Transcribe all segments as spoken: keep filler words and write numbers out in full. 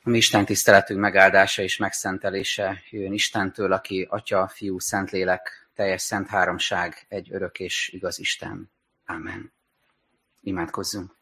A mi Isten tiszteletünk megáldása és megszentelése jön Istentől, aki Atya, Fiú, Szentlélek, teljes szent háromság, egy örök és igaz Isten. Ámen. Imádkozzunk.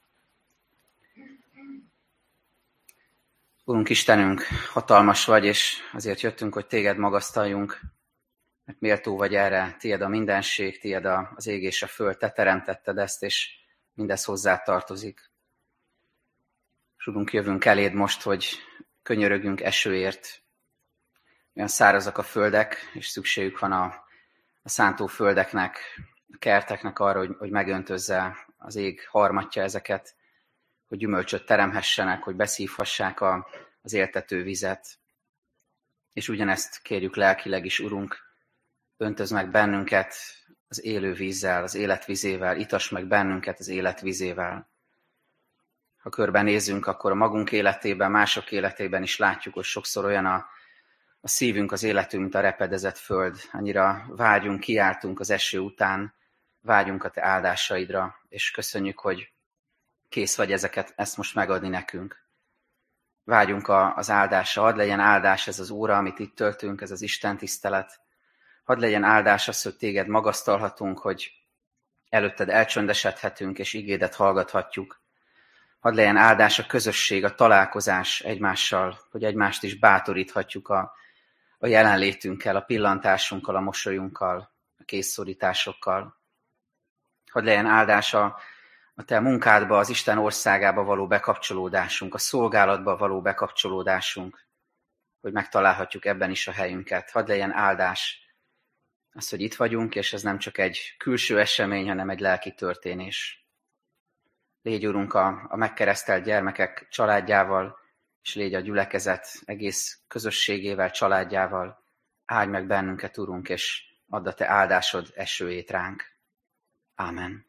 Urunk Istenünk, hatalmas vagy, és azért jöttünk, hogy téged magasztaljunk, mert méltó vagy erre, tiéd a mindenség, tiéd az ég és a föld, te teremtetted ezt, és mindez hozzá tartozik. És Urunk, jövünk eléd most, hogy könyörögünk esőért. Olyan szárazak a földek, és szükségük van a, a szántó földeknek, a kerteknek arra, hogy, hogy megöntözze az ég harmatja ezeket, hogy gyümölcsöt teremhessenek, hogy beszívhassák a, az éltető vizet. És ugyanezt kérjük lelkileg is, Urunk, öntözd meg bennünket az élő vízzel, az életvizével, itas meg bennünket az életvizével. Ha körbenézünk, akkor a magunk életében, mások életében is látjuk, hogy sokszor olyan a, a szívünk, az életünk, mint a repedezett föld. Annyira vágyunk, kiáltunk az eső után, vágyunk a te áldásaidra, és köszönjük, hogy kész vagy ezeket, ezt most megadni nekünk. Vágyunk a, az áldásra, hadd legyen áldás ez az óra, amit itt töltünk, ez az Isten tisztelet. Hadd legyen áldás az, hogy téged magasztalhatunk, hogy előtted elcsöndesedhetünk, és igédet hallgathatjuk. Hadd legyen áldás a közösség, a találkozás egymással, hogy egymást is bátoríthatjuk a, a jelenlétünkkel, a pillantásunkkal, a mosolyunkkal, a készszorításokkal. Hadd legyen áldás a, a te munkádba, az Isten országába való bekapcsolódásunk, a szolgálatba való bekapcsolódásunk, hogy megtalálhatjuk ebben is a helyünket. Hadd legyen áldás az, hogy itt vagyunk, és ez nem csak egy külső esemény, hanem egy lelki történés. Légy, Urunk, a, a megkeresztelt gyermekek családjával, és légy a gyülekezet egész közösségével, családjával. Áldj meg bennünket, Urunk, és add a te áldásod esőjét ránk. Ámen.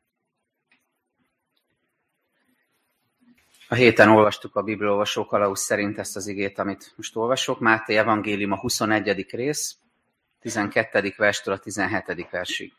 A héten olvastuk a Bibliaolvasó kalauz szerint ezt az igét, amit most olvasok. Máté evangélium a huszonegyedik rész, tizenkettedik verstől a tizenhetedik versig.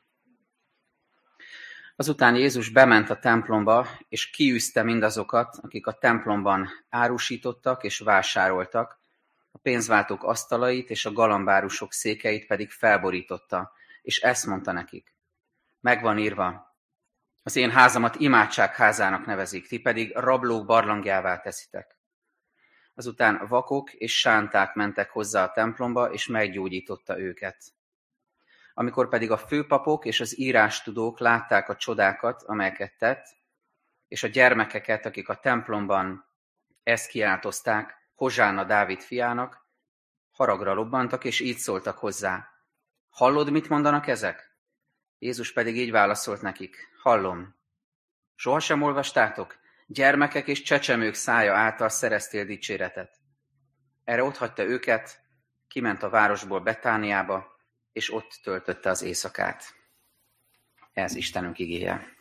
Azután Jézus bement a templomba, és kiűzte mindazokat, akik a templomban árusítottak és vásároltak, a pénzváltók asztalait és a galambárusok székeit pedig felborította, és ezt mondta nekik: megvan írva, az én házamat imádságházának nevezik, ti pedig rablók barlangjává teszitek. Azután vakok és sánták mentek hozzá a templomba, és meggyógyította őket. Amikor pedig a főpapok és az írástudók látták a csodákat, amelyeket tett, és a gyermekeket, akik a templomban ezt kiáltozták, Hozsánna Dávid fiának, haragra lobbantak, és így szóltak hozzá: hallod, mit mondanak ezek? Jézus pedig így válaszolt nekik: hallom. Sohasem olvastátok? Gyermekek és csecsemők szája által szereztél dicséretet. Erre otthagyta őket, kiment a városból Betániába, és ott töltötte az éjszakát. Ez Istenünk igéje.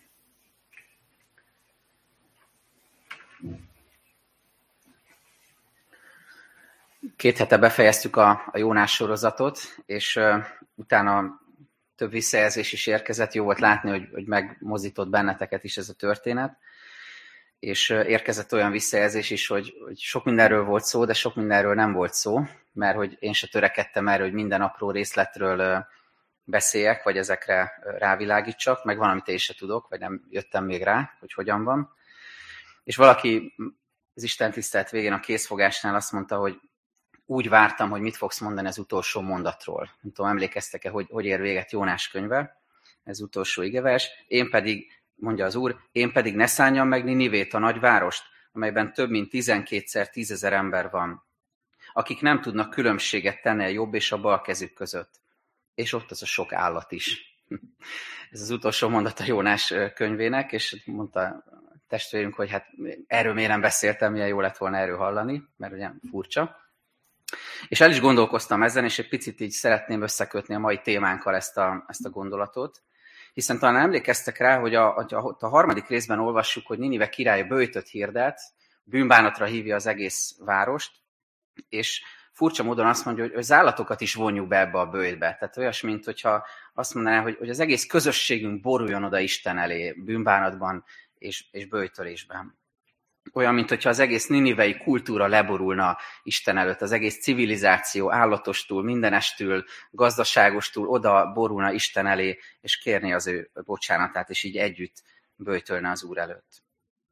Két hete befejeztük a, a Jónás sorozatot, és uh, utána több visszajelzés is érkezett. Jó volt látni, hogy, hogy megmozdított benneteket is ez a történet. És uh, érkezett olyan visszajelzés is, hogy, hogy sok mindenről volt szó, de sok mindenről nem volt szó, mert hogy én se törekedtem erre, hogy minden apró részletről uh, beszéljek, vagy ezekre uh, rávilágítsak, meg van, amit én se tudok, vagy nem jöttem még rá, hogy hogyan van. És valaki az Isten tisztelet végén a készfogásnál azt mondta, hogy úgy vártam, hogy mit fogsz mondani az utolsó mondatról. Nem tudom, emlékeztek-e, hogy, hogy ér véget Jónás könyve, ez utolsó igevers. Én pedig, mondja az Úr, én pedig ne szánjam meg Ninivét, a nagyvárost, amelyben több mint tizenkétszer tízezer ember van, akik nem tudnak különbséget tenni a jobb és a bal kezük között. És ott az a sok állat is. Ez az utolsó mondat a Jónás könyvének, és mondta a testvérünk, hogy hát erről miért nem beszéltem, milyen jó lett volna erről hallani, mert ugye furcsa. És el is gondolkoztam ezen, és egy picit így szeretném összekötni a mai témánkkal ezt a, ezt a gondolatot, hiszen talán emlékeztek rá, hogy a, a, a harmadik részben olvassuk, hogy Ninive királya böjtöt hirdet, bűnbánatra hívja az egész várost, és furcsa módon azt mondja, hogy az állatokat is vonjuk be ebbe a böjtbe. Tehát olyas, mint hogyha azt mondaná, hogy, hogy az egész közösségünk boruljon oda Isten elé bűnbánatban és, és böjtölésben. Olyan, mintha az egész ninivei kultúra leborulna Isten előtt, az egész civilizáció állatostól, mindenestől, gazdaságostól oda borulna Isten elé, és kérni az ő bocsánatát, és így együtt böjtölne az Úr előtt.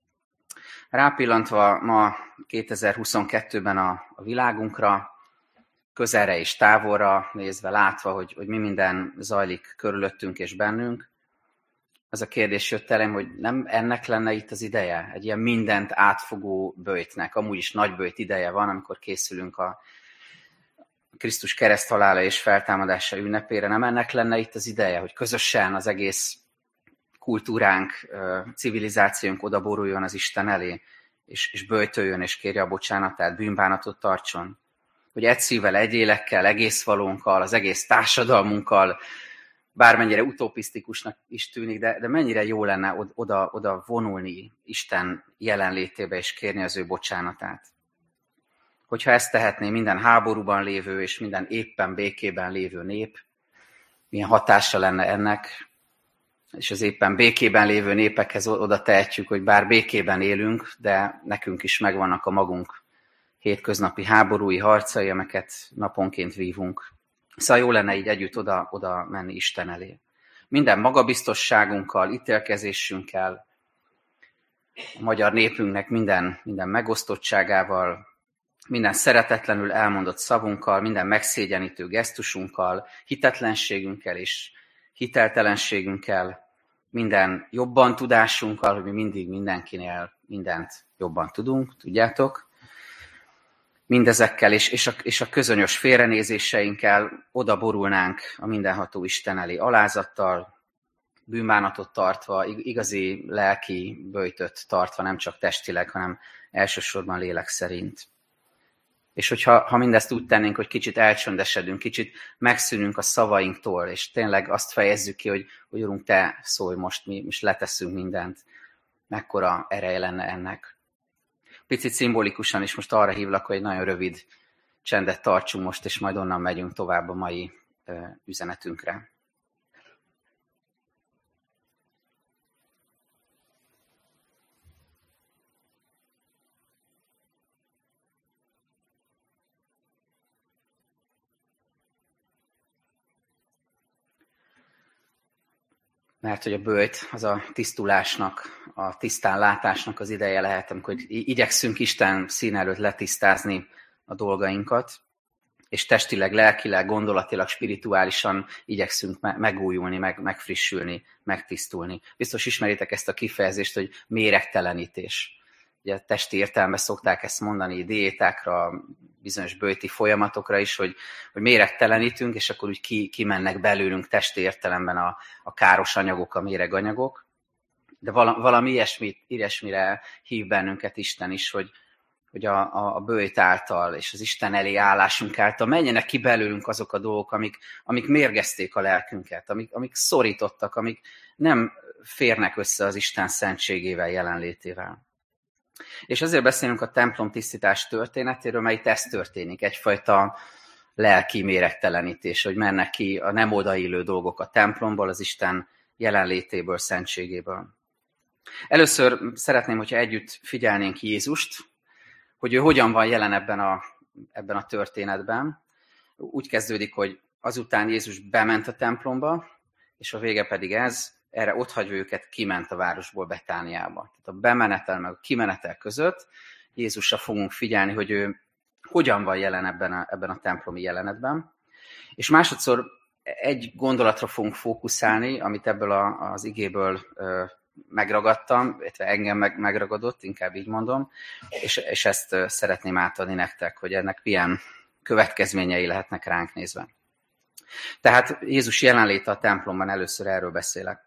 Rápillantva ma kétezer-huszonkettőben a, a világunkra, közelre és távolra nézve, látva, hogy, hogy mi minden zajlik körülöttünk és bennünk, az a kérdés jött elém, hogy nem ennek lenne itt az ideje? Egy ilyen mindent átfogó böjtnek. Amúgy is nagy böjt ideje van, amikor készülünk a Krisztus kereszthalála és feltámadása ünnepére. Nem ennek lenne itt az ideje, hogy közösen az egész kultúránk, civilizációnk odaboruljon az Isten elé, és, és böjtöljön, és kérje a bocsánatát, bűnbánatot tartson. Hogy egy szívvel, egy lélekkel, egész valónkkal, az egész társadalmunkkal, bármennyire utopisztikusnak is tűnik, de, de mennyire jó lenne oda, oda vonulni Isten jelenlétébe, és kérni az ő bocsánatát. Hogyha ezt tehetné minden háborúban lévő, és minden éppen békében lévő nép, milyen hatása lenne ennek, és az éppen békében lévő népekhez oda tehetjük, hogy bár békében élünk, de nekünk is megvannak a magunk hétköznapi háborúi harcai, amiket naponként vívunk. Szóval jó lenne így együtt oda, oda menni Isten elé. Minden magabiztosságunkkal, ítélkezésünkkel, a magyar népünknek minden, minden megosztottságával, minden szeretetlenül elmondott szavunkkal, minden megszégyenítő gesztusunkkal, hitetlenségünkkel és hiteltelenségünkkel, minden jobban tudásunkkal, hogy mi mindig mindenkinél mindent jobban tudunk, tudjátok. Mindezekkel és, és, a, és a közönyös félrenézéseinkkel oda borulnánk a mindenható Isten elé alázattal, bűnbánatot tartva, igazi lelki böjtöt tartva, nem csak testileg, hanem elsősorban lélek szerint. És hogyha ha mindezt úgy tennénk, hogy kicsit elcsöndesedünk, kicsit megszűnünk a szavainktól, és tényleg azt fejezzük ki, hogy, hogy Urunk, Te szólj most, mi most leteszünk mindent, mekkora ereje lenne ennek. Picit szimbolikusan is most arra hívlak, hogy egy nagyon rövid csendet tartsunk most, és majd onnan megyünk tovább a mai ö, üzenetünkre. Mert hogy a böjt az a tisztulásnak, a tisztán látásnak az ideje lehet, amikor igyekszünk Isten szín előtt letisztázni a dolgainkat, és testileg, lelkileg, gondolatilag, spirituálisan igyekszünk megújulni, meg, megfrissülni, megtisztulni. Biztos ismeritek ezt a kifejezést, hogy méregtelenítés. Ugye testi értelemben szokták ezt mondani diétákra, bizonyos böjti folyamatokra is, hogy, hogy méregtelenítünk, és akkor úgy ki, kimennek belőlünk testi értelemben a, a káros anyagok, a méreganyagok. De valami, valami ilyesmit, ilyesmire hív bennünket Isten is, hogy, hogy a, a, a böjt által és az Isten elé állásunk által menjenek ki belőlünk azok a dolgok, amik, amik mérgezték a lelkünket, amik, amik szorítottak, amik nem férnek össze az Isten szentségével, jelenlétével. És azért beszélünk a templom tisztítás történetéről, mert itt ez történik, egyfajta lelki méregtelenítés, hogy mennek ki a nem odaillő dolgok a templomból, az Isten jelenlétéből, szentségéből. Először szeretném, hogyha együtt figyelnénk Jézust, hogy ő hogyan van jelen ebben a, ebben a történetben. Úgy kezdődik, hogy azután Jézus bement a templomba, és a vége pedig ez, erre otthagyva őket kiment a városból Betániába. Tehát a bemenetel meg a kimenetel között Jézusra fogunk figyelni, hogy ő hogyan van jelen ebben a, ebben a templomi jelenetben. És másodszor egy gondolatra fogunk fókuszálni, amit ebből a, az igéből ö, megragadtam, illetve engem meg, megragadott, inkább így mondom, és, és ezt ö, szeretném átadni nektek, hogy ennek milyen következményei lehetnek ránk nézve. Tehát Jézus jelenléte a templomban, először erről beszélek.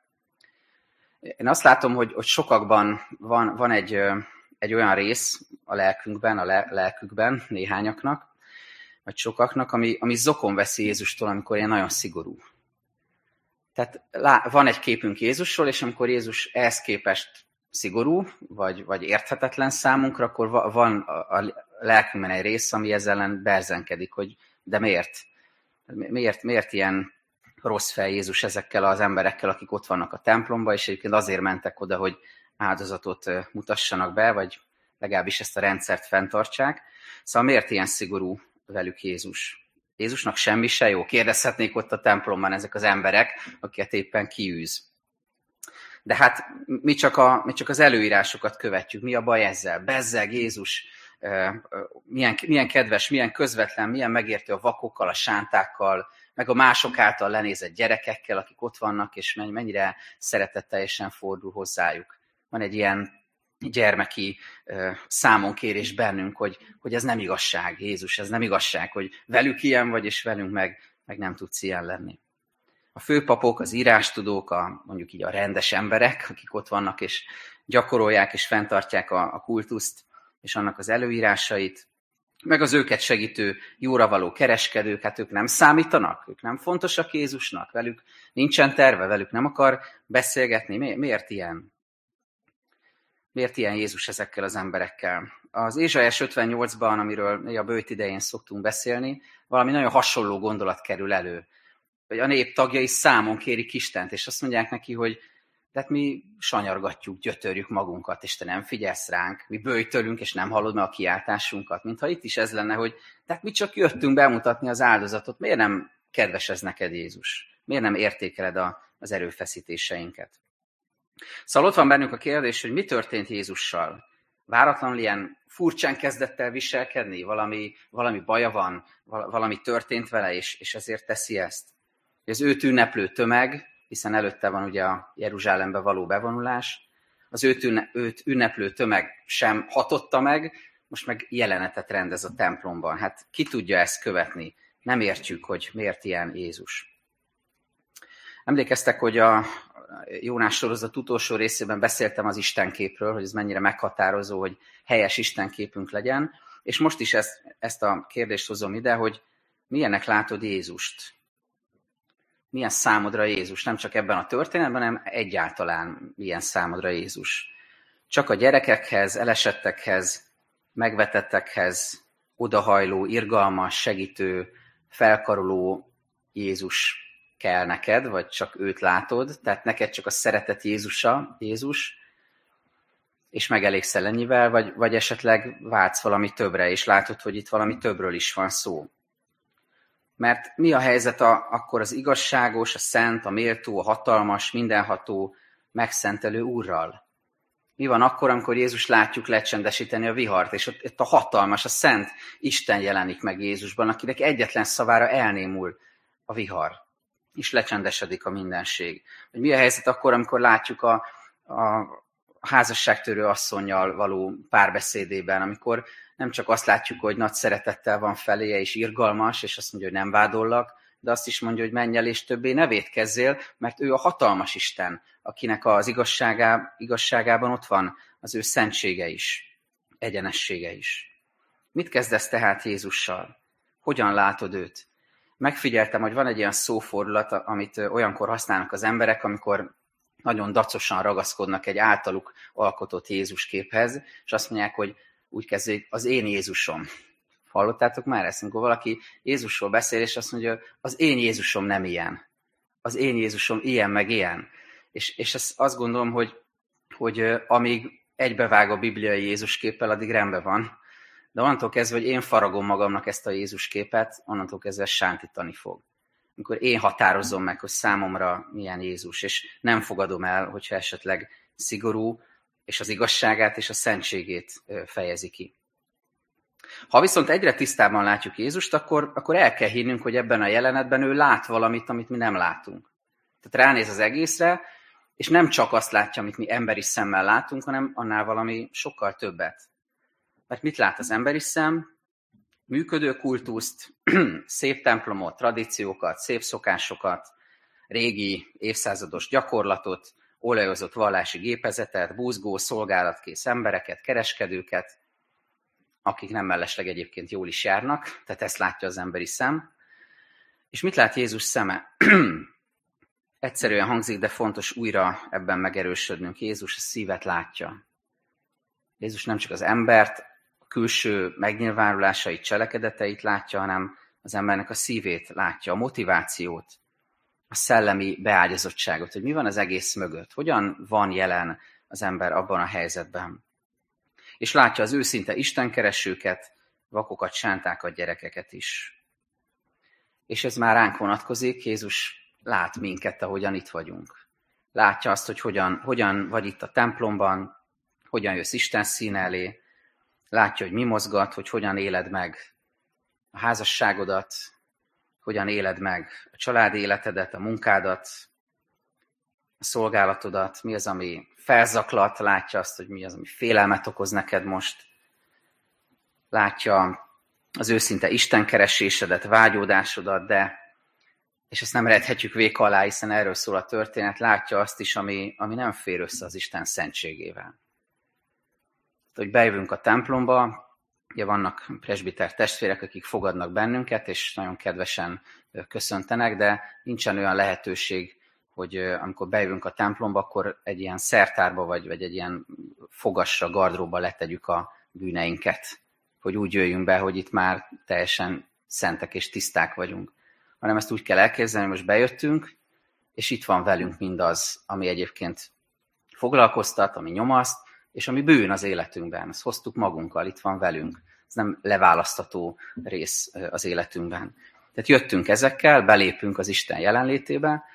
Én azt látom, hogy, hogy sokakban van, van egy, egy olyan rész a lelkünkben, a lelkükben, néhányaknak, vagy sokaknak, ami, ami zokon veszi Jézustól, amikor ilyen nagyon szigorú. Tehát lá, van egy képünk Jézusról, és amikor Jézus ehhez képest szigorú, vagy, vagy érthetetlen számunkra, akkor van a, a lelkünkben egy rész, ami ezzel ellen berzenkedik, hogy de miért? Miért, miért ilyen rossz fel Jézus ezekkel az emberekkel, akik ott vannak a templomban, és egyébként azért mentek oda, hogy áldozatot mutassanak be, vagy legalábbis ezt a rendszert fenntartsák. Szóval miért ilyen szigorú velük Jézus? Jézusnak semmi se jó? Kérdezhetnék ott a templomban ezek az emberek, akiket éppen kiűz. De hát mi csak, a, mi csak az előírásokat követjük. Mi a baj ezzel? Bezzeg Jézus, milyen, milyen kedves, milyen közvetlen, milyen megértő a vakokkal, a sántákkal, meg a mások által lenézett gyerekekkel, akik ott vannak, és mennyire szeretetteljesen fordul hozzájuk. Van egy ilyen gyermeki számonkérés bennünk, hogy, hogy ez nem igazság, Jézus, ez nem igazság, hogy velük ilyen vagy, és velünk meg, meg nem tudsz ilyen lenni. A főpapok, az írástudók, a, mondjuk így a rendes emberek, akik ott vannak, és gyakorolják, és fenntartják a, a kultuszt, és annak az előírásait, meg az őket segítő, jóra való kereskedők, hát ők nem számítanak, ők nem fontosak Jézusnak, velük nincsen terve, velük nem akar beszélgetni. Mi, miért ilyen? Miért ilyen Jézus ezekkel az emberekkel? Az Ézsaiás ötvennyolcban, amiről a bőjt idején szoktunk beszélni, valami nagyon hasonló gondolat kerül elő. Hogy a nép tagjai számon kérik Istent, és azt mondják neki, hogy tehát mi sanyargatjuk, gyötörjük magunkat, és te nem figyelsz ránk, mi böjtölünk, és nem hallod meg a kiáltásunkat. Mintha itt is ez lenne, hogy tehát mi csak jöttünk bemutatni az áldozatot, miért nem kedves ez neked, Jézus? Miért nem értékeled a, az erőfeszítéseinket? Szóval ott van bennünk a kérdés, hogy mi történt Jézussal? Váratlanul ilyen furcsán kezdett el viselkedni, valami, valami baja van, valami történt vele, és, és ezért teszi ezt. Az őt ünneplő tömeg, hiszen előtte van ugye a Jeruzsálembe való bevonulás, az őt, ünne, őt ünneplő tömeg sem hatotta meg, most meg jelenetet rendez a templomban. Hát ki tudja ezt követni? Nem értjük, hogy miért ilyen Jézus. Emlékeztek, hogy a Jónás sorozat utolsó részében beszéltem az istenképről, hogy ez mennyire meghatározó, hogy helyes istenképünk legyen, és most is ezt, ezt a kérdést hozom ide, hogy milyennek látod Jézust? Milyen számodra Jézus? Nem csak ebben a történetben, hanem egyáltalán milyen számodra Jézus. Csak a gyerekekhez, elesettekhez, megvetettekhez odahajló, irgalmas, segítő, felkaroló Jézus kell neked, vagy csak őt látod, tehát neked csak a szeretet Jézusa, Jézus, és megelégszel ennyivel, vagy, vagy esetleg vágysz valami többre, és látod, hogy itt valami többről is van szó. Mert mi a helyzet a, akkor az igazságos, a szent, a méltó, a hatalmas, mindenható, megszentelő Úrral? Mi van akkor, amikor Jézus látjuk lecsendesíteni a vihart, és ott, ott a hatalmas, a szent Isten jelenik meg Jézusban, akinek egyetlen szavára elnémul a vihar, és lecsendesedik a mindenség. Vagy mi a helyzet akkor, amikor látjuk a, a házasságtörő asszonnyal való párbeszédében, amikor nem csak azt látjuk, hogy nagy szeretettel van feléje, és irgalmas, és azt mondja, hogy nem vádollak, de azt is mondja, hogy menj el, és többé ne vétkezzél, mert ő a hatalmas Isten, akinek az igazságá, igazságában ott van az ő szentsége is, egyenessége is. Mit kezdesz tehát Jézussal? Hogyan látod őt? Megfigyeltem, hogy van egy ilyen szófordulat, amit olyankor használnak az emberek, amikor nagyon dacosan ragaszkodnak egy általuk alkotott Jézus képhez, és azt mondják, hogy úgy kezdődik, az én Jézusom. Hallottátok már ezt? Amikor valaki Jézusról beszél, és azt mondja, az én Jézusom nem ilyen. Az én Jézusom ilyen, meg ilyen. És, és ezt azt gondolom, hogy, hogy amíg egybevág a bibliai Jézus képpel, addig rendben van. De onnantól kezdve, hogy én faragom magamnak ezt a Jézus képet, onnantól kezdve sántítani fog. Amikor én határozom meg, hogy számomra milyen Jézus, és nem fogadom el, hogyha esetleg szigorú, és az igazságát és a szentségét fejezi ki. Ha viszont egyre tisztában látjuk Jézust, akkor, akkor el kell hinnünk, hogy ebben a jelenetben ő lát valamit, amit mi nem látunk. Tehát ránéz az egészre, és nem csak azt látja, amit mi emberi szemmel látunk, hanem annál valami sokkal többet. Mert mit lát az emberi szem? Működő kultuszt, szép templomot, tradíciókat, szép szokásokat, régi évszázados gyakorlatot, olajozott vallási gépezetet, buzgó, szolgálatkész embereket, kereskedőket, akik nem mellesleg egyébként jól is járnak, tehát ezt látja az emberi szem. És mit lát Jézus szeme? Egyszerűen hangzik, de fontos újra ebben megerősödnünk. Jézus a szívet látja. Jézus nem csak az embert, a külső megnyilvánulásait, cselekedeteit látja, hanem az embernek a szívét látja, a motivációt, a szellemi beágyazottságot, hogy mi van az egész mögött, hogyan van jelen az ember abban a helyzetben. És látja az őszinte istenkeresőket, vakokat, sántákat, gyerekeket is. És ez már ránk vonatkozik, Jézus lát minket, ahogyan itt vagyunk. Látja azt, hogy hogyan, hogyan vagy itt a templomban, hogyan jössz Isten színe elé, látja, hogy mi mozgat, hogy hogyan éled meg a házasságodat, hogyan éled meg a családi életedet, a munkádat, a szolgálatodat, mi az, ami felzaklat, látja azt, hogy mi az, ami félelmet okoz neked most, látja az őszinte istenkeresésedet, vágyódásodat, de, és ezt nem rejthetjük véka alá, hiszen erről szól a történet, látja azt is, ami, ami nem fér össze az Isten szentségével. Hogy bejövünk a templomba, ugye vannak presbiter testvérek, akik fogadnak bennünket, és nagyon kedvesen köszöntenek, de nincsen olyan lehetőség, hogy amikor bejövünk a templomba, akkor egy ilyen szertárba, vagy, vagy egy ilyen fogasra, gardróba letegyük a bűneinket, hogy úgy jöjjünk be, hogy itt már teljesen szentek és tiszták vagyunk. Hanem ezt úgy kell elképzelni, hogy most bejöttünk, és itt van velünk mindaz, ami egyébként foglalkoztat, ami nyomaszt, és ami bűn az életünkben. Ezt hoztuk magunkkal, itt van velünk. Ez nem leválasztható rész az életünkben. Tehát jöttünk ezekkel, belépünk az Isten jelenlétébe,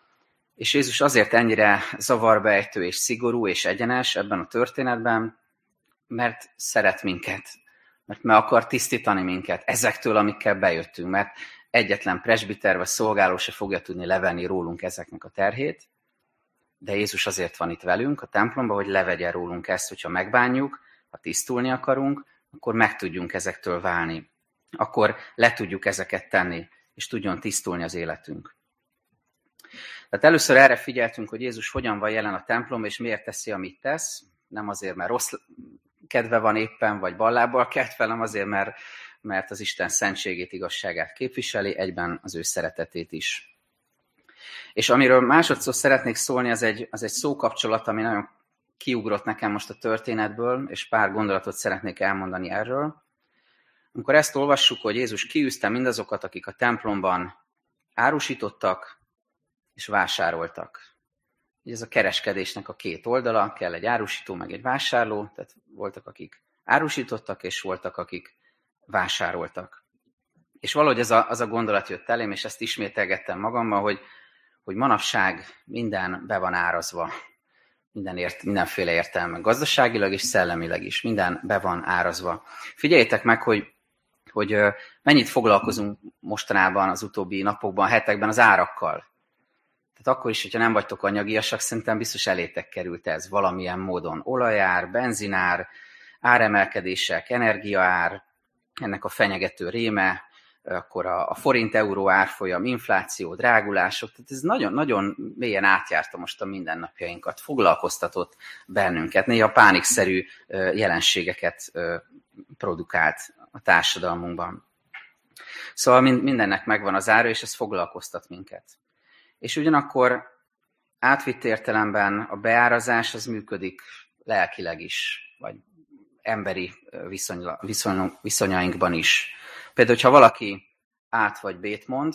és Jézus azért ennyire zavarbejtő és szigorú és egyenes ebben a történetben, mert szeret minket, mert meg akar tisztítani minket ezektől, amikkel bejöttünk, mert egyetlen presbiter vagy szolgáló se fogja tudni levenni rólunk ezeknek a terhét, de Jézus azért van itt velünk a templomban, hogy levegye rólunk ezt, hogyha megbánjuk, ha tisztulni akarunk, akkor meg tudjunk ezektől válni. Akkor le tudjuk ezeket tenni, és tudjon tisztulni az életünk. Tehát először erre figyeltünk, hogy Jézus hogyan van jelen a templomban, és miért teszi, amit tesz. Nem azért, mert rossz kedve van éppen, vagy ballábbal kelt fel, hanem azért, mert, mert az Isten szentségét, igazságát képviseli, egyben az ő szeretetét is. És amiről másodszor szeretnék szólni, az egy, az egy szókapcsolat, ami nagyon kiugrott nekem most a történetből, és pár gondolatot szeretnék elmondani erről. Amikor ezt olvassuk, hogy Jézus kiűzte mindazokat, akik a templomban árusítottak és vásároltak. Így ez a kereskedésnek a két oldala, kell egy árusító, meg egy vásárló, tehát voltak, akik árusítottak, és voltak, akik vásároltak. És valahogy ez a, az a gondolat jött elém, és ezt ismételgettem magamban, hogy, hogy manapság minden be van árazva, minden ért, mindenféle értelme, gazdaságilag és szellemileg is, minden be van árazva. Figyeljétek meg, hogy, hogy mennyit foglalkozunk mostanában az utóbbi napokban, hetekben az árakkal. Tehát akkor is, hogyha nem vagytok anyagiasak, szerintem biztos elétek került ez valamilyen módon. Olajár, benzinár, áremelkedések, energiaár, ennek a fenyegető réme, akkor a, a forint-euró árfolyam, infláció, drágulások, tehát ez nagyon-nagyon mélyen átjárta most a mindennapjainkat, foglalkoztatott bennünket, néha pánikszerű jelenségeket produkált a társadalmunkban. Szóval mindennek megvan az ára, és ez foglalkoztat minket. És ugyanakkor átvitt értelemben a beárazás az működik lelkileg is, vagy emberi viszony, viszony, viszonyainkban is. Például, hogyha valaki át vagy bét mond,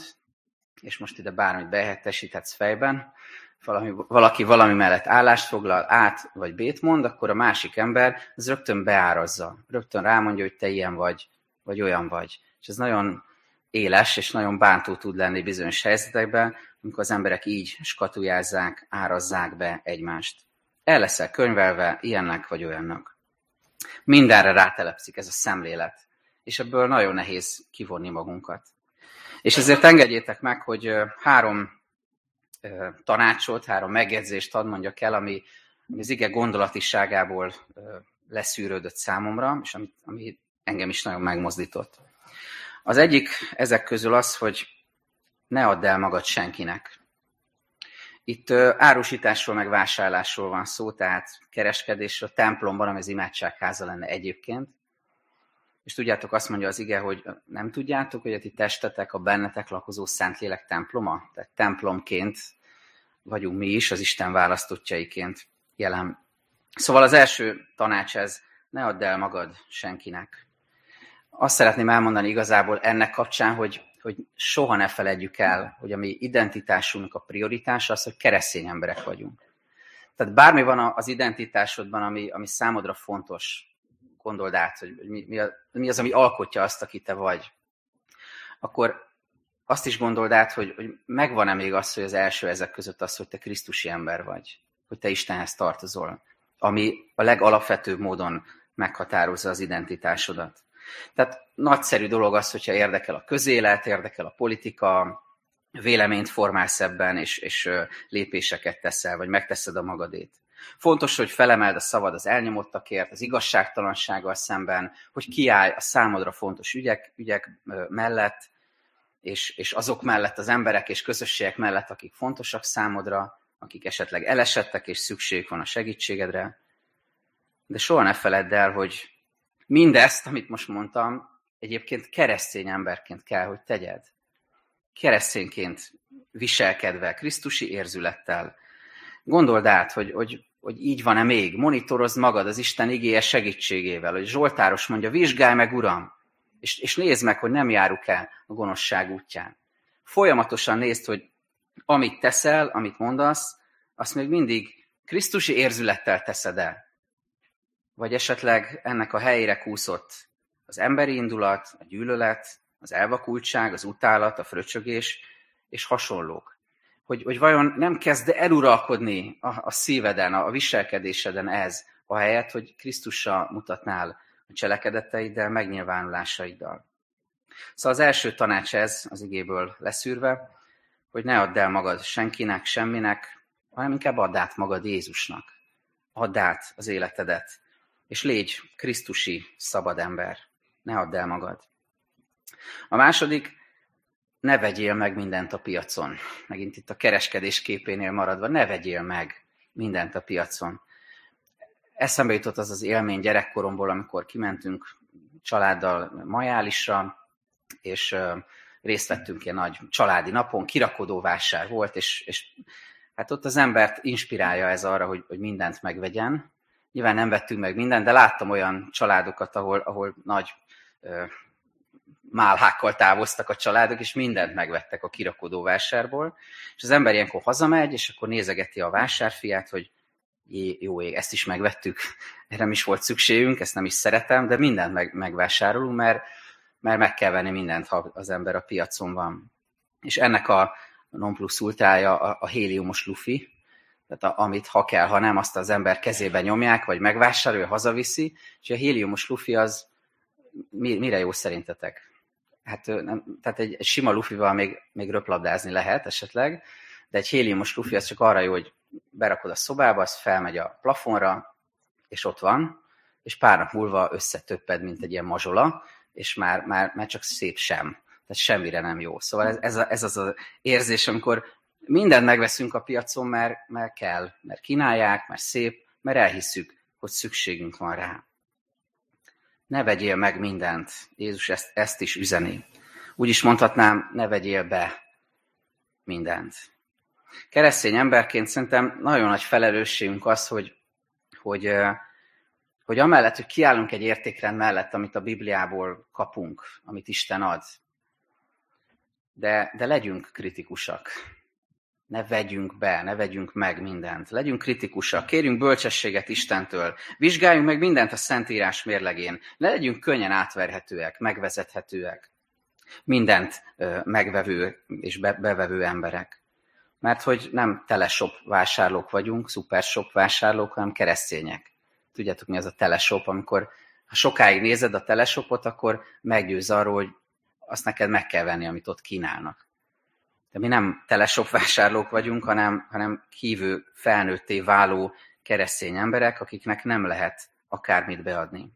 és most ide bármit behelyettesíthetsz fejben, valami, valaki valami mellett állást foglal, át vagy bét mond, akkor a másik ember az rögtön beárazza, rögtön rámondja, hogy te ilyen vagy, vagy olyan vagy. És ez nagyon éles, és nagyon bántó tud lenni bizonyos helyzetekben, amikor az emberek így skatujázzák, árazzák be egymást. El leszel könyvelve ilyennek vagy olyannak. Mindenre rátelepszik ez a szemlélet, és ebből nagyon nehéz kivonni magunkat. És ezért engedjétek meg, hogy három tanácsot, három megjegyzést hadd mondjak el, ami, ami az ige gondolatiságából leszűrődött számomra, és ami, ami engem is nagyon megmozdított. Az egyik ezek közül az, hogy ne add el magad senkinek. Itt árusításról, meg vásárlásról van szó, tehát kereskedésről, templomban, ami az imádságháza lenne egyébként. És tudjátok, azt mondja az ige, hogy nem tudjátok, hogy a ti testetek a bennetek lakozó Szentlélek temploma? Tehát templomként vagyunk mi is, az Isten választottjaiként jelen. Szóval az első tanács ez, ne add el magad senkinek. Azt szeretném elmondani igazából ennek kapcsán, hogy, hogy soha ne feledjük el, hogy a mi identitásunknak a prioritása az, hogy keresztény emberek vagyunk. Tehát bármi van az identitásodban, ami, ami számodra fontos, gondold át, hogy mi, mi, a, mi az, ami alkotja azt, aki te vagy, akkor azt is gondold át, hogy, hogy megvan-e még az, hogy az első ezek között az, hogy te krisztusi ember vagy, hogy te Istenhez tartozol, ami a legalapvetőbb módon meghatározza az identitásodat. Tehát nagyszerű dolog az, hogyha érdekel a közélet, érdekel a politika, véleményt formálsz ebben, és, és lépéseket teszel, vagy megteszed a magadét. Fontos, hogy felemeld a szavad az elnyomottakért, az igazságtalansággal szemben, hogy kiállj a számodra fontos ügyek, ügyek mellett, és, és azok mellett, az emberek és közösségek mellett, akik fontosak számodra, akik esetleg elesettek, és szükségük van a segítségedre. De soha ne feledd el, hogy mindezt, amit most mondtam, egyébként keresztény emberként kell, hogy tegyed. Keresztényként viselkedve, krisztusi érzülettel. Gondold át, hogy, hogy, hogy így van-e még. Monitorozd magad az Isten igéje segítségével, hogy Zsoltáros mondja, vizsgálj meg, Uram, és, és nézd meg, hogy nem járunk el a gonoszság útján. Folyamatosan nézd, hogy amit teszel, amit mondasz, azt még mindig krisztusi érzülettel teszed el. Vagy esetleg ennek a helyére kúszott az emberi indulat, a gyűlölet, az elvakultság, az utálat, a fröcsögés és hasonlók. Hogy, hogy vajon nem kezd eluralkodni a, a szíveden, a viselkedéseden ez, ahelyett, hogy Krisztussal mutatnál a cselekedeteiddel, megnyilvánulásaiddal. Szóval az első tanács ez, az igéből leszűrve, hogy ne add el magad senkinek, semminek, hanem inkább add át magad Jézusnak. Add át az életedet, és légy krisztusi szabad ember. Ne add el magad. A második, ne vegyél meg mindent a piacon. Megint itt a kereskedés képénél maradva, ne vegyél meg mindent a piacon. Eszembe jutott az az élmény gyerekkoromból, amikor kimentünk családdal Majálisra, és részt vettünk ilyen nagy családi napon, kirakodó vásár volt, és, és hát ott az embert inspirálja ez arra, hogy, hogy mindent megvegyen. Nyilván nem vettünk meg mindent, de láttam olyan családokat, ahol, ahol nagy ö, málhákkal távoztak a családok, és mindent megvettek a kirakodó vásárból. És az ember ilyenkor hazamegy, és akkor nézegeti a vásárfiát, hogy jé, jó ég, ezt is megvettük, erre nem is volt szükségünk, ezt nem is szeretem, de mindent meg, megvásárolunk, mert, mert meg kell venni mindent, ha az ember a piacon van. És ennek a non plus ultrája a, a héliumos lufi, tehát a, amit ha kell, ha nem, azt az ember kezébe nyomják, vagy megvásárolja, hazaviszi, és a héliumos lufi az mi, mire jó szerintetek? Hát nem, tehát egy, egy sima lufival még, még röplabdázni lehet esetleg, de egy héliumos lufi az csak arra jó, hogy berakod a szobába, az felmegy a plafonra, és ott van, és pár nap múlva összetöpped, mint egy ilyen mazsola, és már, már, már csak szép sem. Tehát semmire nem jó. Szóval ez, ez, a, ez az az érzés, amikor mindent megveszünk a piacon, mert, mert kell, mert kínálják, mert szép, mert elhisszük, hogy szükségünk van rá. Ne vegyél meg mindent. Jézus ezt, ezt is üzeni. Úgy is mondhatnám, ne vegyél be mindent. Keresztény emberként szerintem nagyon nagy felelősségünk az, hogy, hogy, hogy amellett, hogy kiállunk egy értékrend mellett, amit a Bibliából kapunk, amit Isten ad, de, de legyünk kritikusak. Ne vegyünk be, ne vegyünk meg mindent. Legyünk kritikusak, kérjünk bölcsességet Istentől, vizsgáljunk meg mindent a Szentírás mérlegén, ne legyünk könnyen átverhetőek, megvezethetőek, mindent ö, megvevő és be, bevevő emberek. Mert hogy nem teleshop vásárlók vagyunk, szupershop vásárlók, hanem keresztények. Tudjátok, mi az a teleshop, amikor ha sokáig nézed a teleshopot, akkor meggyőz arról, hogy azt neked meg kell venni, amit ott kínálnak. De mi nem teleshop vásárlók vagyunk, hanem, hanem hívő, felnőtté váló keresztény emberek, akiknek nem lehet akármit beadni.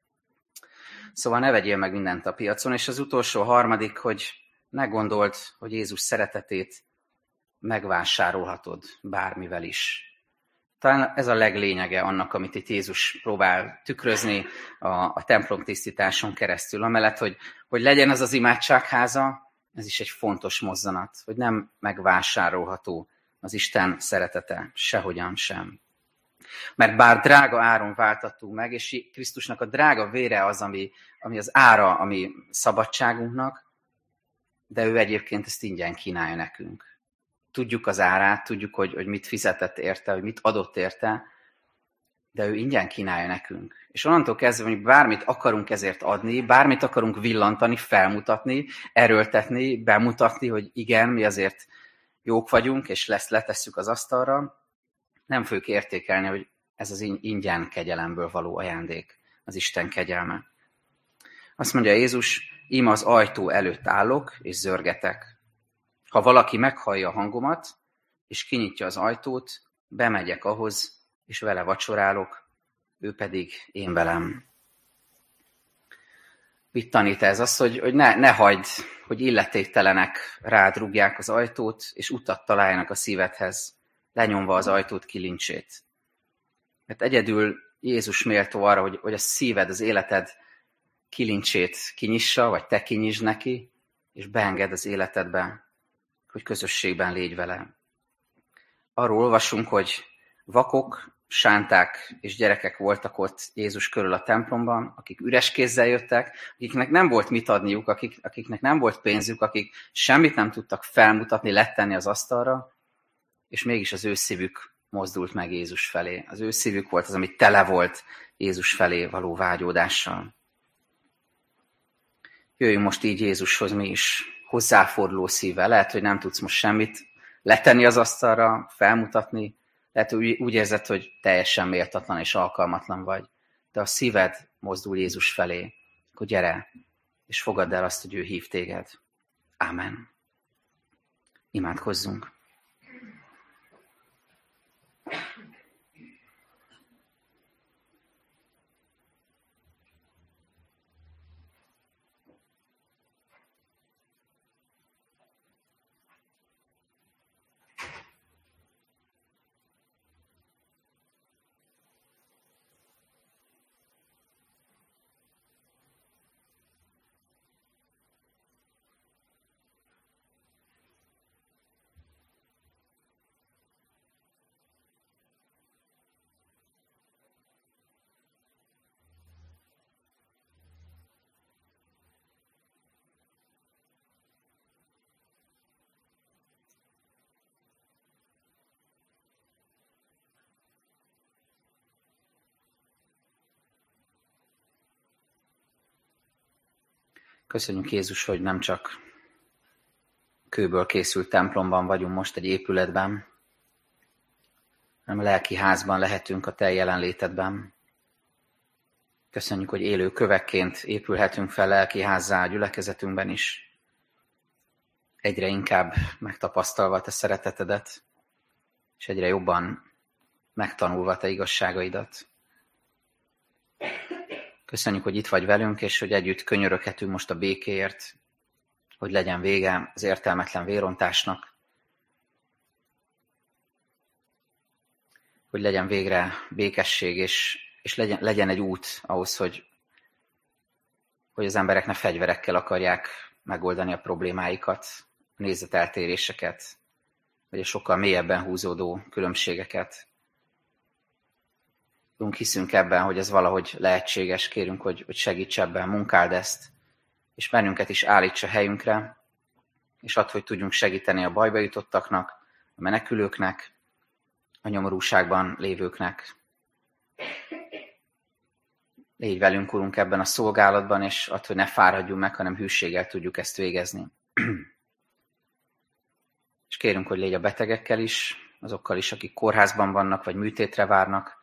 Szóval ne vegyél meg mindent a piacon, és az utolsó harmadik, hogy ne gondold, hogy Jézus szeretetét megvásárolhatod bármivel is. Talán ez a leglényege annak, amit itt Jézus próbál tükrözni a, a templom tisztításon keresztül. Amellett, hogy, hogy legyen ez az imádságháza, ez is egy fontos mozzanat, hogy nem megvásárolható az Isten szeretete, sehogyan sem. Mert bár drága áron váltattunk meg, és Krisztusnak a drága vére az, ami, ami az ára, ami szabadságunknak, de ő egyébként ezt ingyen kínálja nekünk. Tudjuk az árát, tudjuk, hogy, hogy mit fizetett érte, hogy mit adott érte, de ő ingyen kínálja nekünk. És onnantól kezdve, hogy bármit akarunk ezért adni, bármit akarunk villantani, felmutatni, erőltetni, bemutatni, hogy igen, mi azért jók vagyunk, és lesz letesszük az asztalra, nem fogjuk értékelni, hogy ez az ingyen kegyelemből való ajándék, az Isten kegyelme. Azt mondja Jézus, ím az ajtó előtt állok, és zörgetek. Ha valaki meghallja a hangomat, és kinyitja az ajtót, bemegyek ahhoz, és vele vacsorálok, ő pedig én velem. Mit tanít ez? Az, hogy, hogy ne, ne hagyd, hogy illetéktelenek rád rúgják az ajtót, és utat találjanak a szívedhez, lenyomva az ajtót kilincsét. Mert egyedül Jézus méltó arra, hogy, hogy a szíved, az életed kilincsét kinyissa, vagy te kinyisd neki, és beenged az életedbe, hogy közösségben légy vele. Arról olvasunk, hogy vakok, sánták és gyerekek voltak ott Jézus körül a templomban, akik üres kézzel jöttek, akiknek nem volt mit adniuk, akik, akiknek nem volt pénzük, akik semmit nem tudtak felmutatni, letenni az asztalra, és mégis az ő szívük mozdult meg Jézus felé. Az ő szívük volt az, ami tele volt Jézus felé való vágyódással. Jöjjünk most így Jézushoz mi is, hozzáforduló szívvel. Lehet, hogy nem tudsz most semmit letenni az asztalra, felmutatni, lehet, hogy úgy érzed, hogy teljesen méltatlan és alkalmatlan vagy, de a szíved mozdul Jézus felé, akkor gyere, és fogadd el azt, hogy ő hív téged. Ámen. Imádkozzunk. Köszönjük Jézus, hogy nem csak kőből készült templomban vagyunk most egy épületben, hanem a lelki házban lehetünk a te jelenlétedben. Köszönjük, hogy élő kövekként épülhetünk fel lelki házzá a gyülekezetünkben is. Egyre inkább megtapasztalva te szeretetedet, és egyre jobban megtanulva te igazságaidat. Köszönjük, hogy itt vagy velünk, és hogy együtt könyöröghetünk most a békéért, hogy legyen vége az értelmetlen vérontásnak, hogy legyen végre békesség, és, és legyen, legyen egy út ahhoz, hogy, hogy az emberek ne fegyverekkel akarják megoldani a problémáikat, a nézeteltéréseket, vagy a sokkal mélyebben húzódó különbségeket. Hiszünk ebben, hogy ez valahogy lehetséges, kérünk, hogy, hogy segíts ebben, munkáld ezt, és bennünket is állíts a helyünkre, és add, hogy tudjunk segíteni a bajba jutottaknak, a menekülőknek, a nyomorúságban lévőknek. Légy velünk, Urunk, ebben a szolgálatban, és add, hogy ne fáradjunk meg, hanem hűséggel tudjuk ezt végezni. És kérünk, hogy légy a betegekkel is, azokkal is, akik kórházban vannak, vagy műtétre várnak,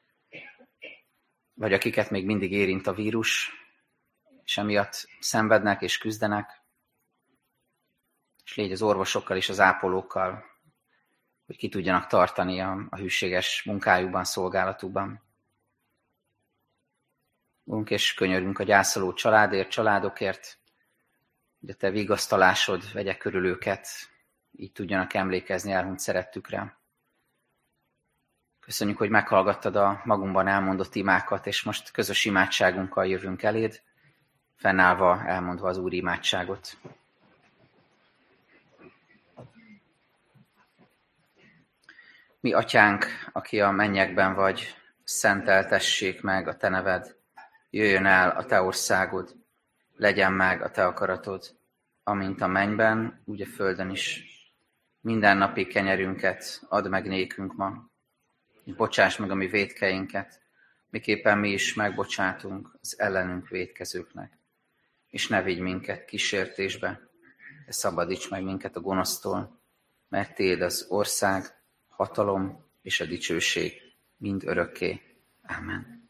vagy akiket még mindig érint a vírus, és emiatt szenvednek és küzdenek, és légy az orvosokkal és az ápolókkal, hogy ki tudjanak tartani a, a hűséges munkájukban, szolgálatukban. Urunk, és könyörgünk a gyászoló családért, családokért, hogy a te vigasztalásod vegye körül őket, így tudjanak emlékezni elhunyt szerettükre. Köszönjük, hogy meghallgattad a magunkban elmondott imákat, és most közös imádságunkkal jövünk eléd, fennállva elmondva az Úr imádságot. Mi atyánk, aki a mennyekben vagy, szenteltessék meg a te neved, jöjjön el a te országod, legyen meg a te akaratod, amint a mennyben, úgy a földön is. Minden napi kenyerünket add meg nékünk ma, és bocsáss meg a mi vétkeinket, miképpen mi is megbocsátunk az ellenünk vétkezőknek. És ne vigy minket kísértésbe, de szabadíts meg minket a gonosztól, mert Tiéd az ország, hatalom és a dicsőség mind örökké. Ámen.